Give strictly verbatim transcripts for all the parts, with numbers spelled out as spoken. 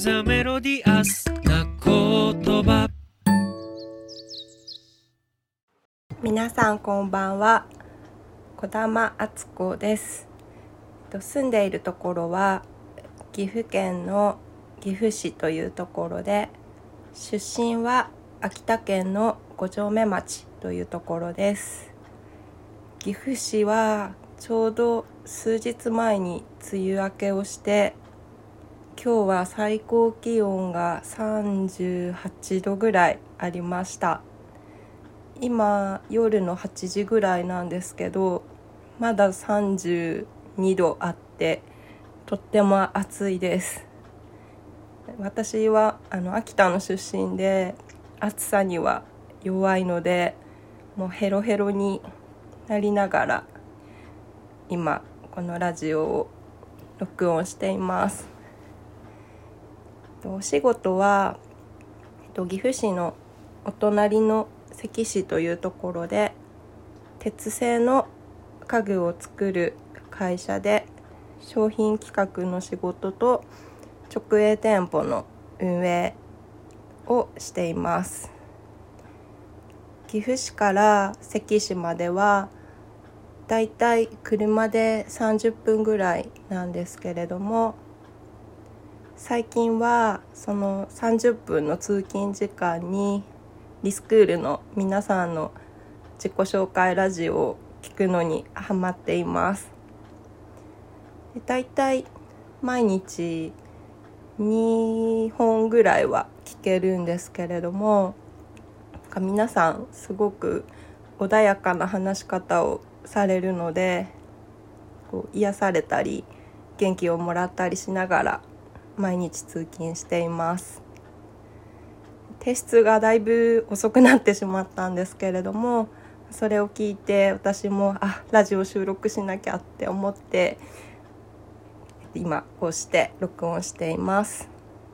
ザメロディアスな言葉。 皆さんこんばんは。児玉敦子です。住んでいるところは岐阜県の岐阜市というところで、出身は秋田県の五城目町というところです。岐阜市はちょうど数日前に梅雨明けをして、今日は最高気温がさんじゅうはちどぐらいありました。今夜のはちじぐらいなんですけど、まださんじゅうにどあってとっても暑いです。私はあの秋田の出身で暑さには弱いので、もうヘロヘロになりながら今このラジオを録音しています。お仕事は岐阜市のお隣の関市というところで、鉄製の家具を作る会社で商品企画の仕事と直営店舗の運営をしています。岐阜市から関市まではだいたい車でさんじゅっぷんぐらいなんですけれども、最近はそのさんじゅっぷんの通勤時間にリスクールの皆さんの自己紹介ラジオを聞くのにハマっています。だいたい毎日にほんぐらいは聞けるんですけれども、皆さんすごく穏やかな話し方をされるので、こう癒されたり元気をもらったりしながら毎日通勤しています。提出がだいぶ遅くなってしまったんですけれども、それを聞いて私もあラジオ収録しなきゃって思って今こうして録音しています。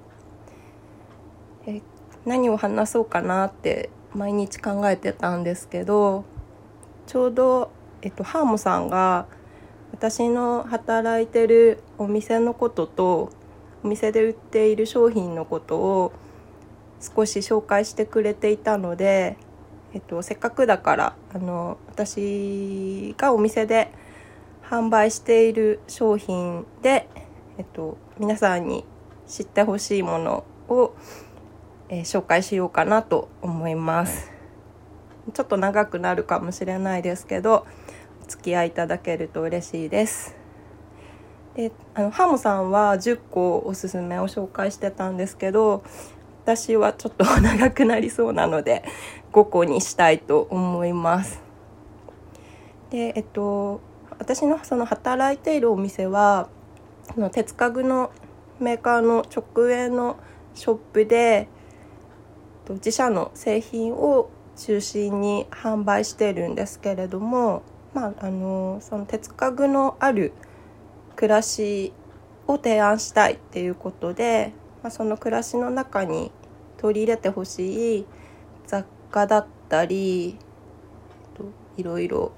え何を話そうかなって毎日考えてたんですけど、ちょうど、えっと、ハーモさんが私の働いてるお店のこととお店で売っている商品のことを少し紹介してくれていたので、えっと、せっかくだからあの私がお店で販売している商品で、えっと、皆さんに知ってほしいものを、えー、紹介しようかなと思います。ちょっと長くなるかもしれないですけど、お付き合いいただけると嬉しいです。であのハモさんはじゅっこおすすめを紹介してたんですけど、私はちょっと長くなりそうなのでごこにしたいと思います。で、えっと、私のその働いているお店は鉄家具のメーカーの直営のショップで、自社の製品を中心に販売しているんですけれども、まあ、あのその鉄家具のある暮らしを提案したいっていうことで、まあ、その暮らしの中に取り入れてほしい雑貨だったり、いろいろ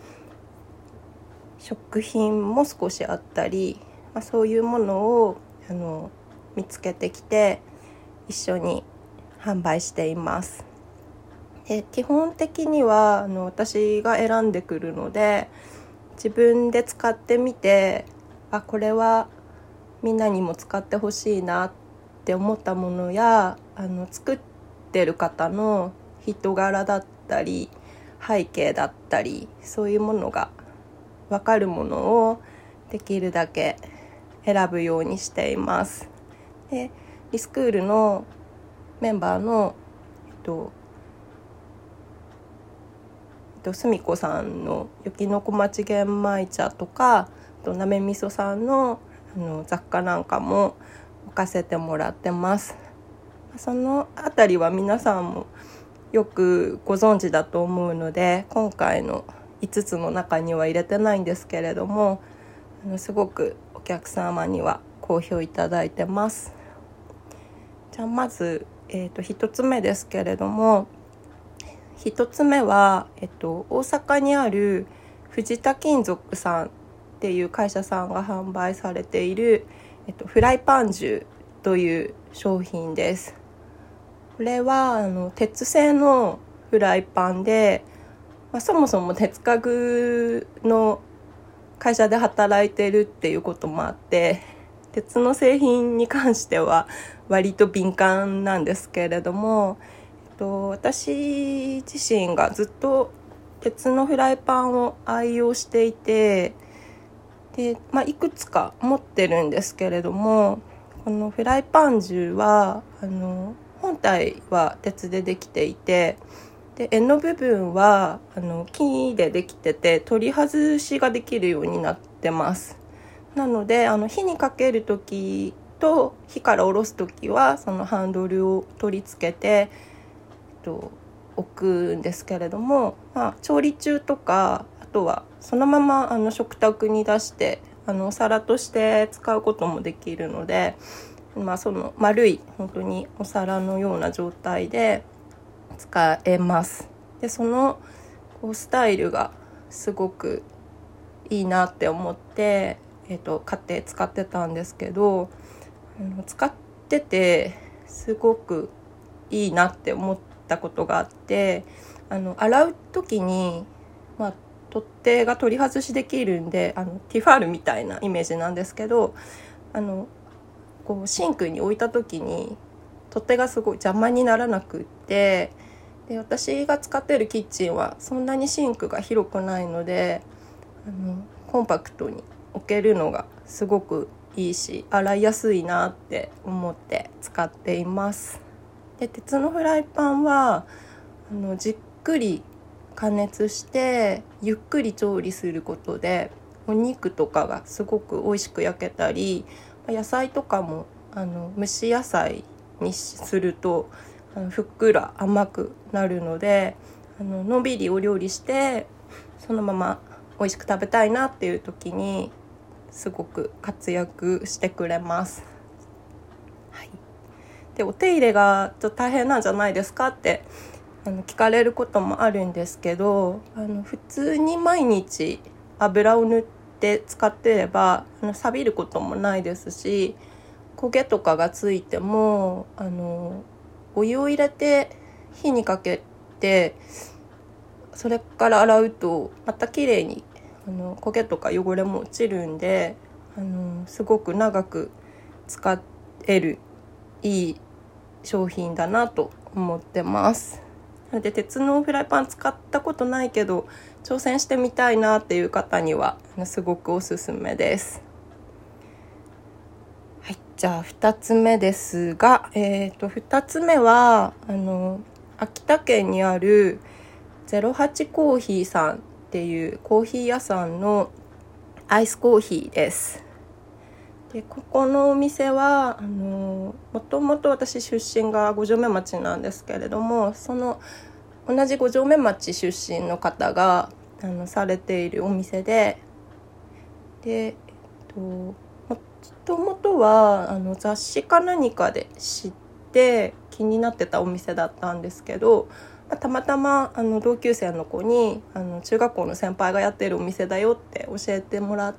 食品も少しあったり、まあ、そういうものをあの見つけてきて一緒に販売しています。で基本的にはあの私が選んでくるので、自分で使ってみて、あこれはみんなにも使ってほしいなって思ったものや、あの作ってる方の人柄だったり背景だったり、そういうものが分かるものをできるだけ選ぶようにしています。でリスクールのメンバーの、えっとすみこさんの雪の小町玄米茶とか、なめみそさん の, あの雑貨なんかも置かせてもらってます。そのあたりは皆さんもよくご存知だと思うので、今回のいつつの中には入れてないんですけれども、あのすごくお客様には好評いただいてます。じゃあまず、えーと、ひとつめですけれども、ひとつめは、えっと、大阪にある藤田金属さんっていう会社さんが販売されている、えっと、フライパン重っという商品です。これはあの鉄製のフライパンで、まあ、そもそも鉄家具の会社で働いてるっていうこともあって、鉄の製品に関しては割と敏感なんですけれども、えっと、私自身がずっと鉄のフライパンを愛用していて、で、まあ、いくつか持ってるんですけれども、このフライパン銃はあの本体は鉄でできていて、で柄の部分はあの木でできてて取り外しができるようになってます。なのであの火にかけるときと火から下ろすときはそのハンドルを取り付けて、えっと、置くんですけれども、まあ、調理中とかあとはそのままあの食卓に出してあのお皿として使うこともできるので、まあ、その丸い本当にお皿のような状態で使えます。でそのこうスタイルがすごくいいなって思って、えーと、買って使ってたんですけど、あの使っててすごくいいなって思ったことがあって、あの洗う時に、まあ、取っ手が取り外しできるんで、あのティファールみたいなイメージなんですけど、あのこうシンクに置いた時に取っ手がすごい邪魔にならなくって、で私が使ってるキッチンはそんなにシンクが広くないので、あのコンパクトに置けるのがすごくいいし洗いやすいなって思って使っています。で鉄のフライパンはあのじっくり加熱してゆっくり調理することでお肉とかがすごく美味しく焼けたり、野菜とかもあの蒸し野菜にするとあのふっくら甘くなるので、あののんびりお料理してそのまま美味しく食べたいなっていう時にすごく活躍してくれます。はい、でお手入れがちょっと大変なんじゃないですかってあの聞かれることもあるんですけど、あの普通に毎日油を塗って使ってればあの錆びることもないですし、焦げとかがついてもあのお湯を入れて火にかけてそれから洗うとまた綺麗にあの焦げとか汚れも落ちるんで、あのすごく長く使えるいい商品だなと思ってます。なので鉄のフライパン使ったことないけど挑戦してみたいなっていう方にはすごくおすすめです。はい、じゃあふたつめですが、えーと、ふたつめはあの秋田県にあるゼロはちコーヒーさんっていうコーヒー屋さんのアイスコーヒーです。でここのお店はあのもともと私出身が五城目町なんですけれども、その同じ五城目町出身の方があのされているお店で、で、えっと、もともとはあの雑誌か何かで知って気になってたお店だったんですけど、たまたまあの同級生の子にあの中学校の先輩がやってるお店だよって教えてもらって、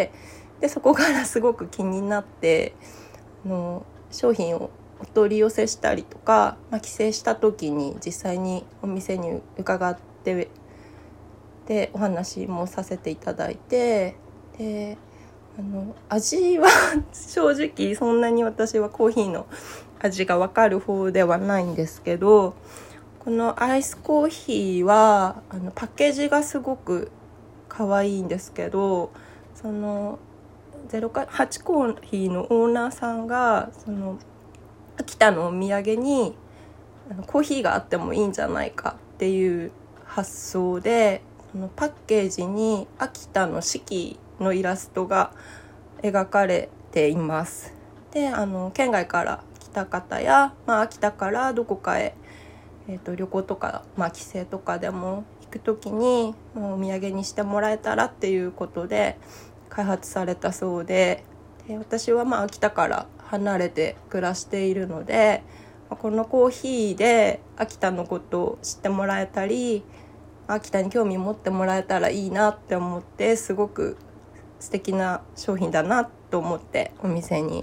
でそこからすごく気になってあの商品をお取り寄せしたりとか、まあ、帰省した時に実際にお店に伺ってでお話もさせていただいて、であの味は正直そんなに私はコーヒーの味が分かる方ではないんですけど、このアイスコーヒーはあのパッケージがすごく可愛いんですけど、そのゼロはちコーヒーのオーナーさんがその秋田のお土産にあのコーヒーがあってもいいんじゃないかっていう発想で、そのパッケージに秋田の四季のイラストが描かれています。であの県外から来た方や、まあ、秋田からどこかへ、えーと、旅行とか、まあ、帰省とかでも行くときにもうお土産にしてもらえたらっていうことで開発されたそうで、で私はまあ秋田から離れて暮らしているので、このコーヒーで秋田のことを知ってもらえたり秋田に興味持ってもらえたらいいなって思って、すごく素敵な商品だなと思ってお店に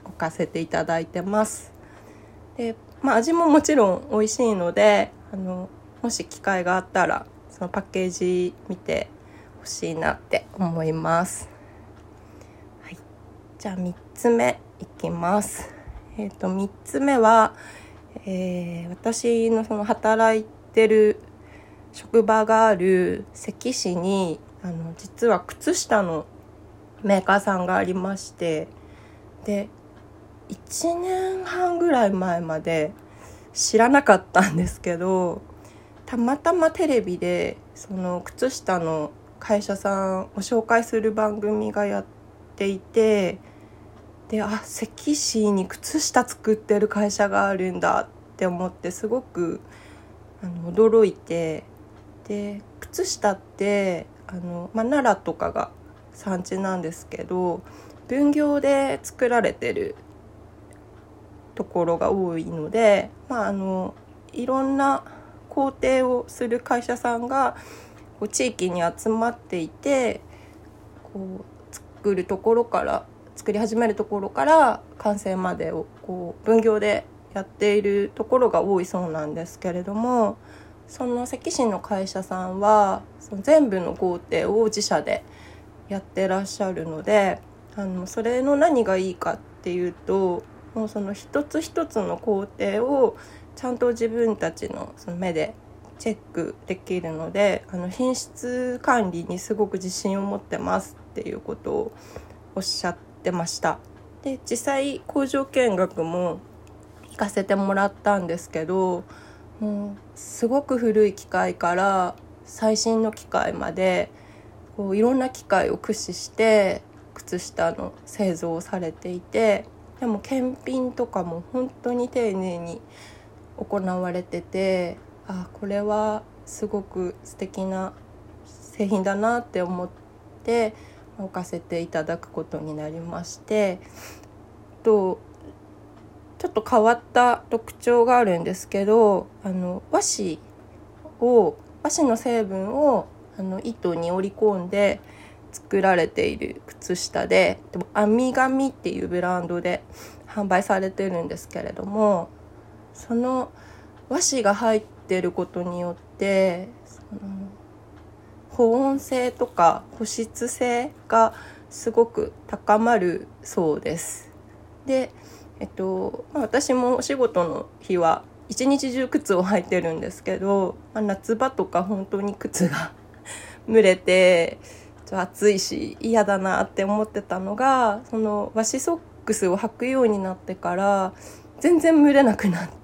置かせていただいてます。で、まあ、味ももちろん美味しいので、あのもし機会があったらそのパッケージ見てほしいなって思います。はい、じゃあみっつめいきます。えーと、みっつめは、えー、私のその働いてる職場がある関市にあの実は靴下のメーカーさんがありまして、でいちねんはんぐらい前まで知らなかったんですけど、たまたまテレビでその靴下の会社さんを紹介する番組がやっていて、で、あ、関市に靴下作ってる会社があるんだって思って、すごくあの驚いて、で靴下ってあの、まあ、奈良とかが産地なんですけど、分業で作られてるところが多いので、まあ、あのいろんな工程をする会社さんがこう地域に集まっていて、こう作るところから作り始めるところから完成までをこう分業でやっているところが多いそうなんですけれども、その関市の会社さんはその全部の工程を自社でやってらっしゃるので、あのそれの何がいいかっていうと、もうその一つ一つの工程をちゃんと自分たちのその目でチェックできるので、あの品質管理にすごく自信を持ってますっていうことをおっしゃってました。で、実際工場見学も行かせてもらったんですけど、もうすごく古い機械から最新の機械までこういろんな機械を駆使して靴下の製造をされていて、でも検品とかも本当に丁寧に行われてて、あ、これはすごく素敵な製品だなって思って置かせていただくことになりまして、とちょっと変わった特徴があるんですけど、あの和紙を和紙の成分をあの糸に織り込んで作られている靴下で、でも編み紙っていうブランドで販売されてるんですけれども、その和紙が入ってることによってその保温性とか保湿性がすごく高まるそうです。で、えっとまあ、私もお仕事の日は一日中靴を履いてるんですけど、まあ、夏場とか本当に靴が蒸れてちょっと暑いし嫌だなって思ってたのが、その和紙ソックスを履くようになってから全然蒸れなくなって、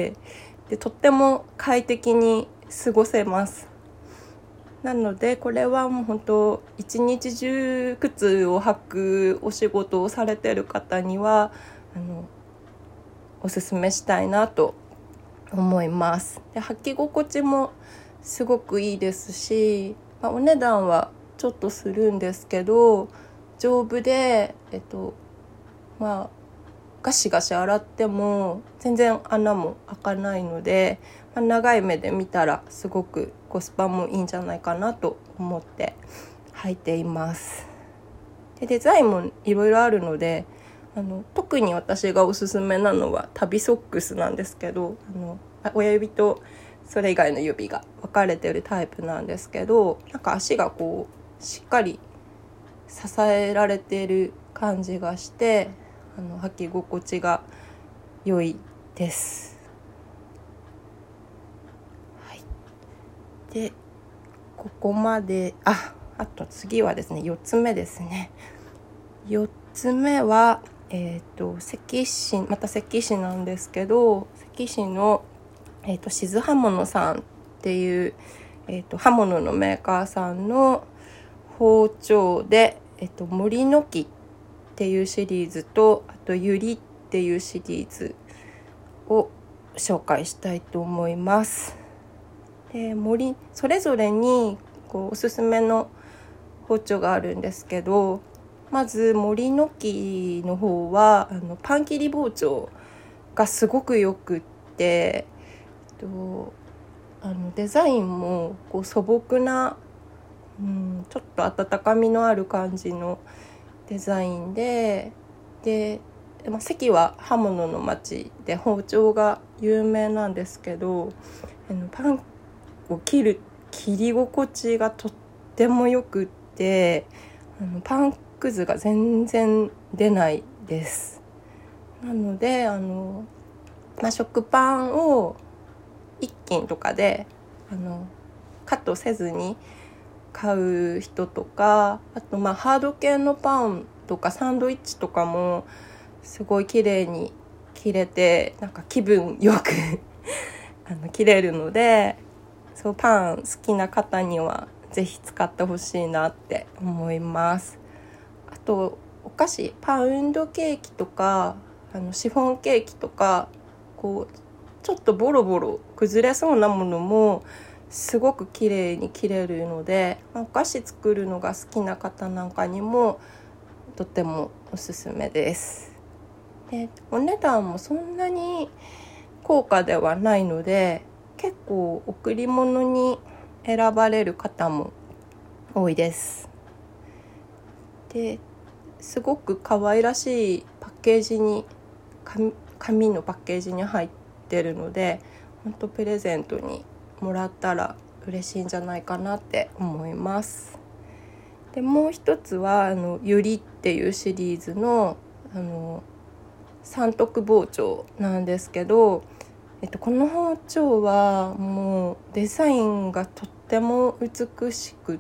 でとっても快適に過ごせます。なのでこれはもう本当一日中靴を履くお仕事をされてる方にはあのおすすめしたいなと思います。で、履き心地もすごくいいですし、まあ、お値段はちょっとするんですけど丈夫で、えっとまあガシガシ洗っても全然穴も開かないので、まあ、長い目で見たらすごくコスパもいいんじゃないかなと思って履いています。で、デザインもいろいろあるので、あの特に私がおすすめなのは旅ソックスなんですけど、あの親指とそれ以外の指が分かれてるタイプなんですけど、なんか足がこうしっかり支えられている感じがして、あの履き心地が良いです。はい、でここまでああと次はですねよっつめですね。よっつめはえー、と関市また関市なんですけど、関市の、えー、と静刃物さんっていう、えー、と刃物のメーカーさんの包丁で、えー、と森の木っていうシリーズと、あとゆりっていうシリーズを紹介したいと思います。で、森それぞれにこうおすすめの包丁があるんですけど、まず森の木の方はあのパン切り包丁がすごくよくって、とあのデザインもこう素朴な、うん、ちょっと温かみのある感じのデザインで、でまあ、関は刃物の町で包丁が有名なんですけど、あのパンを切る切り心地がとってもよくって、あのパンくずが全然出ないです。なのであの、まあ、食パンを一斤とかであのカットせずに買う人とか、あとまあハード系のパンとかサンドイッチとかもすごい綺麗に切れて、なんか気分よくあの切れるので、そうパン好きな方にはぜひ使ってほしいなって思います。あとお菓子、パウンドケーキとかあのシフォンケーキとか、こうちょっとボロボロ崩れそうなものもすごく綺麗に切れるので、お菓子作るのが好きな方なんかにもとてもおすすめです。で、お値段もそんなに高価ではないので、結構贈り物に選ばれる方も多いです。ですごく可愛らしいパッケージに、紙、紙のパッケージに入ってるので、本当プレゼントにもらったら嬉しいんじゃないかなって思います。でもう一つはあのゆりっていうシリーズのあの三徳包丁なんですけど、えっと、この包丁はもうデザインがとっても美しくって、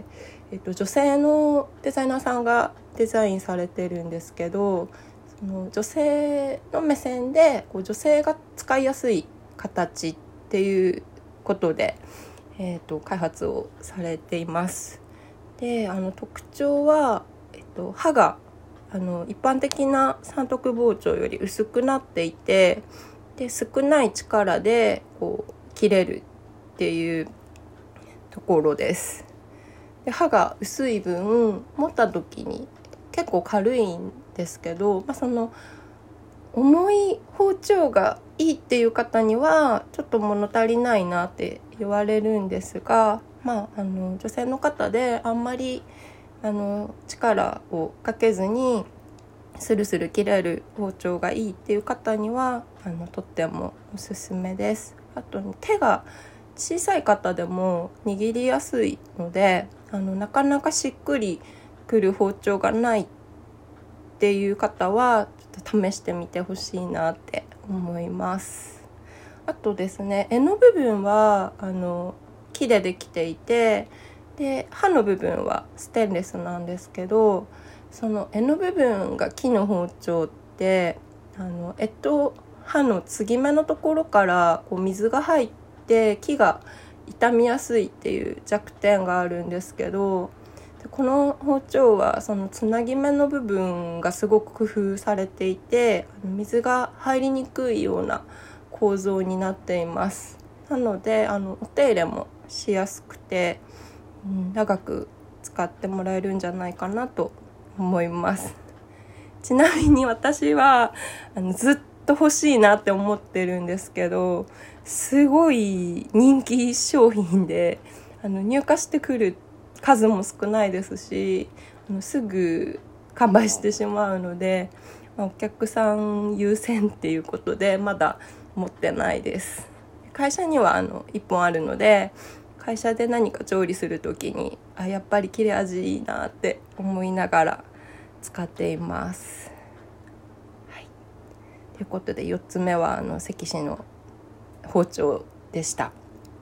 えっと、女性のデザイナーさんがデザインされてるんですけど、その女性の目線でこう女性が使いやすい形っていうことで、えっと、開発をされています。で、あの特徴は、えっと、刃があの一般的な三徳包丁より薄くなっていて、で少ない力でこう切れるっていうところです。で刃が薄い分持った時に結構軽いんですけど、まあ、その重い包丁がいいっていう方にはちょっと物足りないなって言われるんですが、まあ、あの女性の方であんまりあの力をかけずにスルスル切れる包丁がいいっていう方にはあのとってもおすすめです。あと、ね、手が小さい方でも握りやすいので、あのなかなかしっくりくる包丁がないっていう方はちょっと試してみてほしいなって思います。あとですね、柄の部分はあの木でできていて、で刃の部分はステンレスなんですけど、その柄の部分が木の包丁ってあの柄と刃の継ぎ目のところからこう水が入って木が傷みやすいっていう弱点があるんですけど、この包丁はそのつなぎ目の部分がすごく工夫されていて、水が入りにくいような構造になっています。なのであのお手入れもしやすくて、うん、長く使ってもらえるんじゃないかなと思います。ちなみに私はあのずっと欲しいなって思ってるんですけど、すごい人気商品で、あの入荷してくる数も少ないですし、あのすぐ完売してしまうので、まあ、お客さん優先っていうことでまだ持ってないです。会社にはあのいっぽんあるので、会社で何か調理するときにあやっぱり切れ味いいなって思いながら使っています。はい、ということでよっつめはあの関市の包丁でした。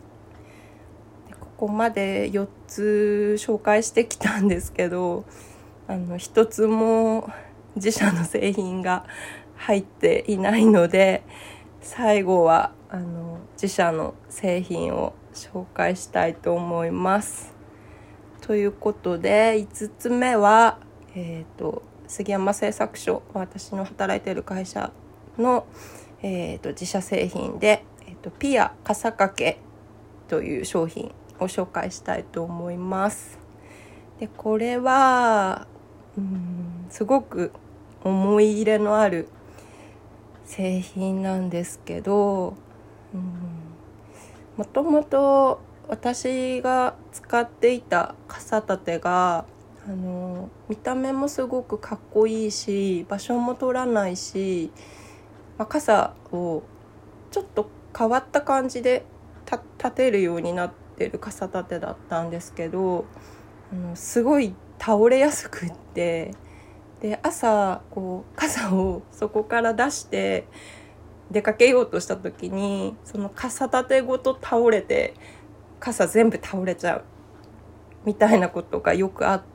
ここまでよっつ紹介してきたんですけど、あのひとつも自社の製品が入っていないので、最後はあの自社の製品を紹介したいと思います。ということでいつつめは、えーと、杉山製作所、私の働いている会社の、えーと、自社製品で、えーと、ピア傘掛けという商品を紹介したいと思います。でこれはうーんすごく思い入れのある製品なんですけど、もともと私が使っていた傘立てがあの見た目もすごくかっこいいし、場所も取らないし、まあ、傘をちょっと変わった感じで立てるようになってる傘立てだったんですけど、あのすごい倒れやすくって、で朝こう傘をそこから出して出かけようとした時に、その傘立てごと倒れて傘全部倒れちゃうみたいなことがよくあって、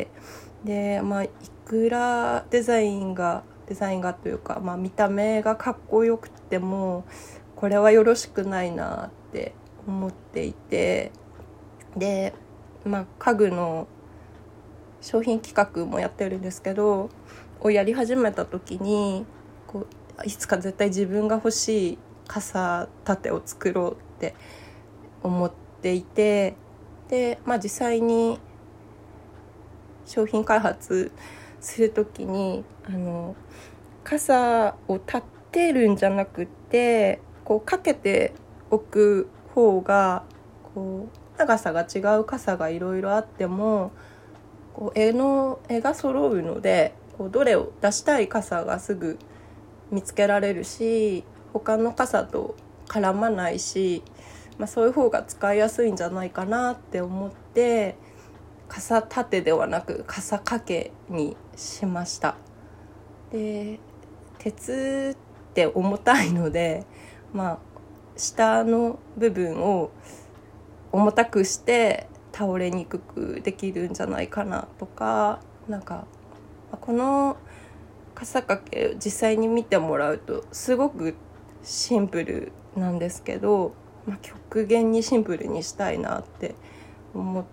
で、まあ、いくらデザインがデザインがというか、まあ、見た目がかっこよくてもこれはよろしくないなって思っていて、で、まあ、家具の商品企画もやってるんですけど、をやり始めた時にこういつか絶対自分が欲しい傘立てを作ろうって思っていて、で、まあ、実際に商品開発するときにあの傘を立てるんじゃなくてこうかけておく方がこう長さが違う傘がいろいろあってもこう絵の絵が揃うので、こうどれを出したい傘がすぐ見つけられるし、他の傘と絡まないし、まあ、そういう方が使いやすいんじゃないかなって思って傘立てではなく傘掛けにしました。で、鉄って重たいので、まあ、下の部分を重たくして倒れにくくできるんじゃないかなとか、なんかこの傘掛け実際に見てもらうとすごくシンプルなんですけど、まあ、極限にシンプルにしたいなって思って、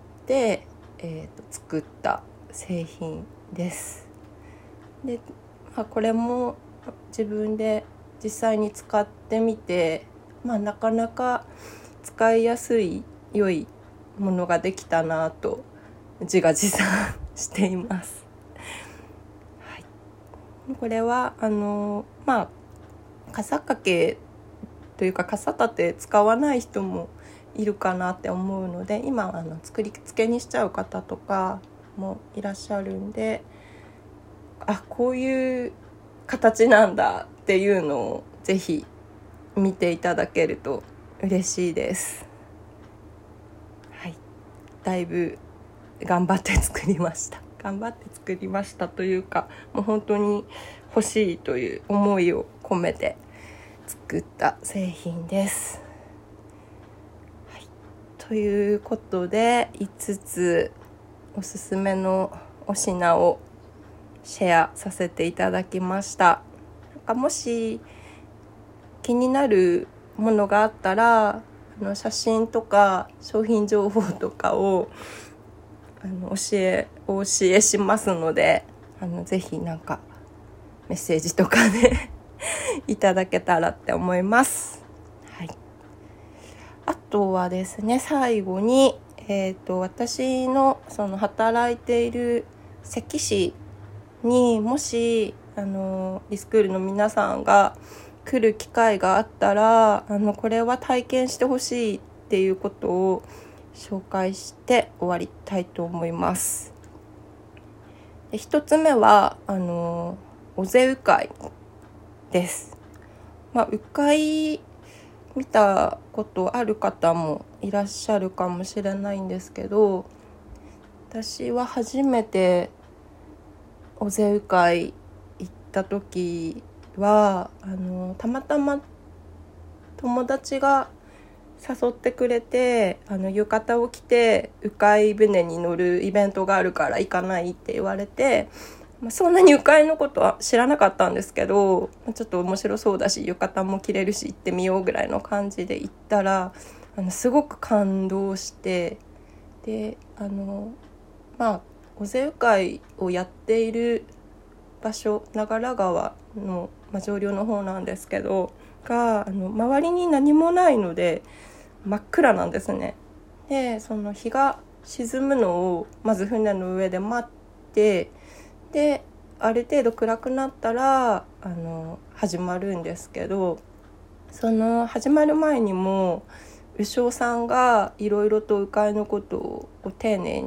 えーと、作った製品です。で、まあ、これも自分で実際に使ってみて、まあ、なかなか使いやすい良いものができたなと自画自賛しています。はい、これはあのまあ傘掛けというか傘立て使わない人もいるかなって思うので、今あの作り付けにしちゃう方とかもいらっしゃるんで、あ、こういう形なんだっていうのをぜひ見ていただけると嬉しいです。はい、だいぶ頑張って作りました頑張って作りましたというか、もう本当に欲しいという思いを込めて作った製品です。はい、ということでいつつおすすめのお品をシェアさせていただきました。なんかもし気になるものがあったら、あの写真とか商品情報とかをあの教えお教えしますので、あのぜひなんかメッセージとかでいただけたらって思います。はい、あとはですね、最後に、えーと、私のその働いている関市にもしあのリスクールの皆さんが来る機会があったら、あのこれは体験してほしいっていうことを紹介して終わりたいと思います。で、一つ目はあの尾瀬鵜飼です。まあ、鵜飼見たことある方もいらっしゃるかもしれないんですけど、私は初めて尾瀬鵜飼行った時はあのたまたま友達が誘ってくれて、あの浴衣を着て鵜飼船に乗るイベントがあるから行かないって言われて、まあ、そんなに鵜飼のことは知らなかったんですけど、ちょっと面白そうだし浴衣も着れるし行ってみようぐらいの感じで行ったら、あのすごく感動して、であのまあ尾瀬鵜飼をやっている場所、長良川の、まあ、上流の方なんですけどが、あの周りに何もないので真っ暗なんですね。でその日が沈むのをまず船の上で待って、である程度暗くなったらあの始まるんですけど、その始まる前にも鵜匠さんがいろいろと鵜飼のことを丁寧に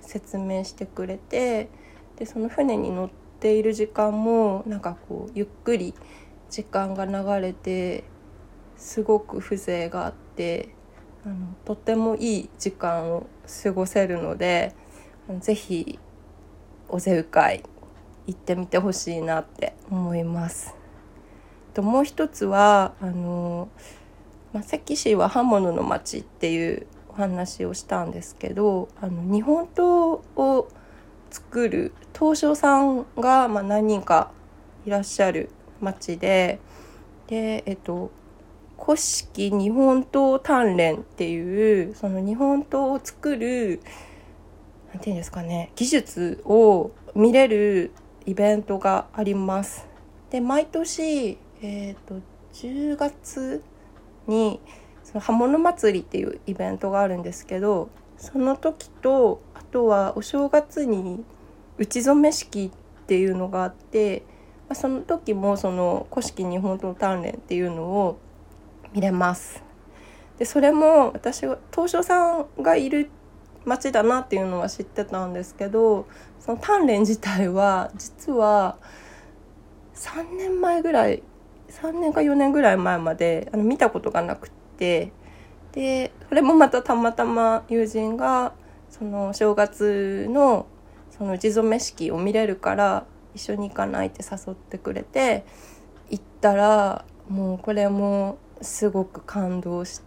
説明してくれて、でその船に乗っている時間もなんかこうゆっくり時間が流れて、すごく風情があって、あのとてもいい時間を過ごせるので、ぜひ尾瀬鵜飼行ってみてほしいなって思います。ともう一つはあの、まあ、関市は刃物の町っていうお話をしたんですけど、あの日本刀を作る刀匠さんが、まあ、何人かいらっしゃる町で、で、えっと、古式日本刀鍛錬っていうその日本刀を作るなんていうんですかね、技術を見れるイベントがあります。で毎年、えー、とじゅうがつにその刃物祭りっていうイベントがあるんですけど、その時とあとはお正月に打ち初め式っていうのがあって、まあ、その時もその古式日本刀鍛錬っていうのを見れます。でそれも私は刀匠さんがいる町だなっていうのは知ってたんですけど、その鍛錬自体は実はさんねんまえぐらいさんねんかよねんぐらい前まであの見たことがなくて、でそれもまたたまたま友人がその正月のその打ち初め式を見れるから一緒に行かないって誘ってくれて行ったら、もうこれもすごく感動して、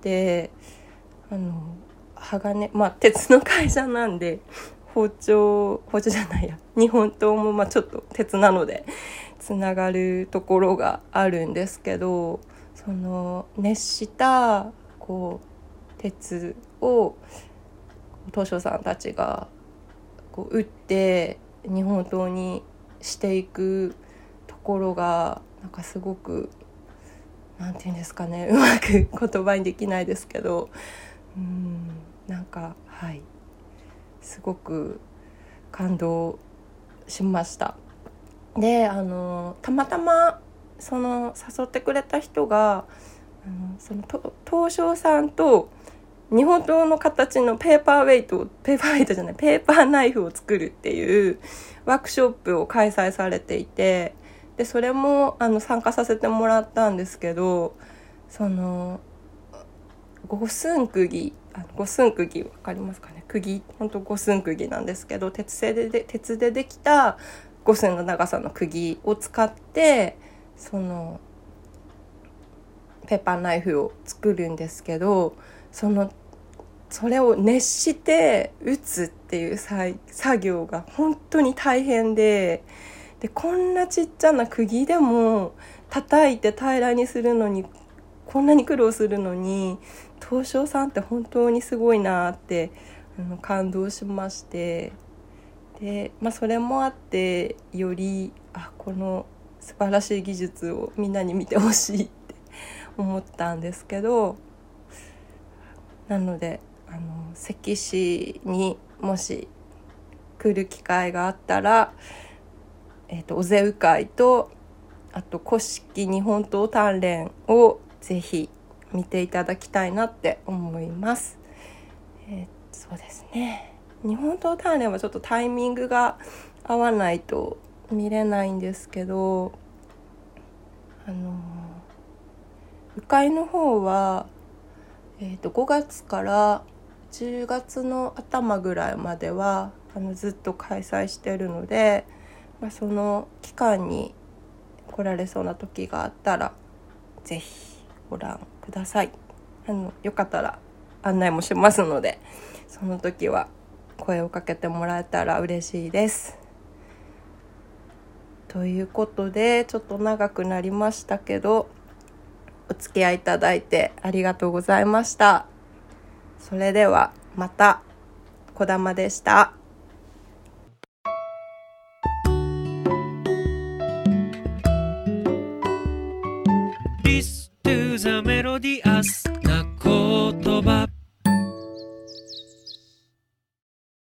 あの鋼、まあ鉄の会社なんで包丁包丁じゃないや日本刀もまあちょっと鉄なのでつながるところがあるんですけど、その熱したこう鉄を刀匠さんたちがこう打って日本刀にしていくところがなんかすごくなんていうんですかね、うまく言葉にできないですけど、うーんなんかはいすごく感動しました。であのたまたまその誘ってくれた人があのその刀匠さんと日本刀の形のペーパーウェイトペーパーウェイトじゃないペーパーナイフを作るっていうワークショップを開催されていて、でそれもあの参加させてもらったんですけど、その五寸釘あの五寸釘わかりますかね、釘本当五寸釘なんですけど、鉄製でで鉄でできたご寸の長さの釘を使ってそのペーパーナイフを作るんですけど、そのそれを熱して打つっていう作業が本当に大変で、でこんなちっちゃな釘でも叩いて平らにするのにこんなに苦労するのに刀匠さんって本当にすごいなってあの感動しまして、で、まあ、それもあってよりあこの素晴らしい技術をみんなに見てほしいって思ったんですけど、なのであの関市にもし来る機会があったら、えーと、尾瀬鵜飼とあと古式日本刀鍛錬をぜひ見ていただきたいなって思います。えー、そうですね、日本刀鍛錬はちょっとタイミングが合わないと見れないんですけど、あの鵜飼の方は、えーと、ごがつからじゅうがつの頭ぐらいまではあのずっと開催しているので、まあ、その期間に来られそうな時があったらぜひご覧ください。あのよかったら案内もしますので、その時は声をかけてもらえたら嬉しいです。ということでちょっと長くなりましたけどお付き合いいただいてありがとうございました。それではまた。こだまでした。 Listen to the melody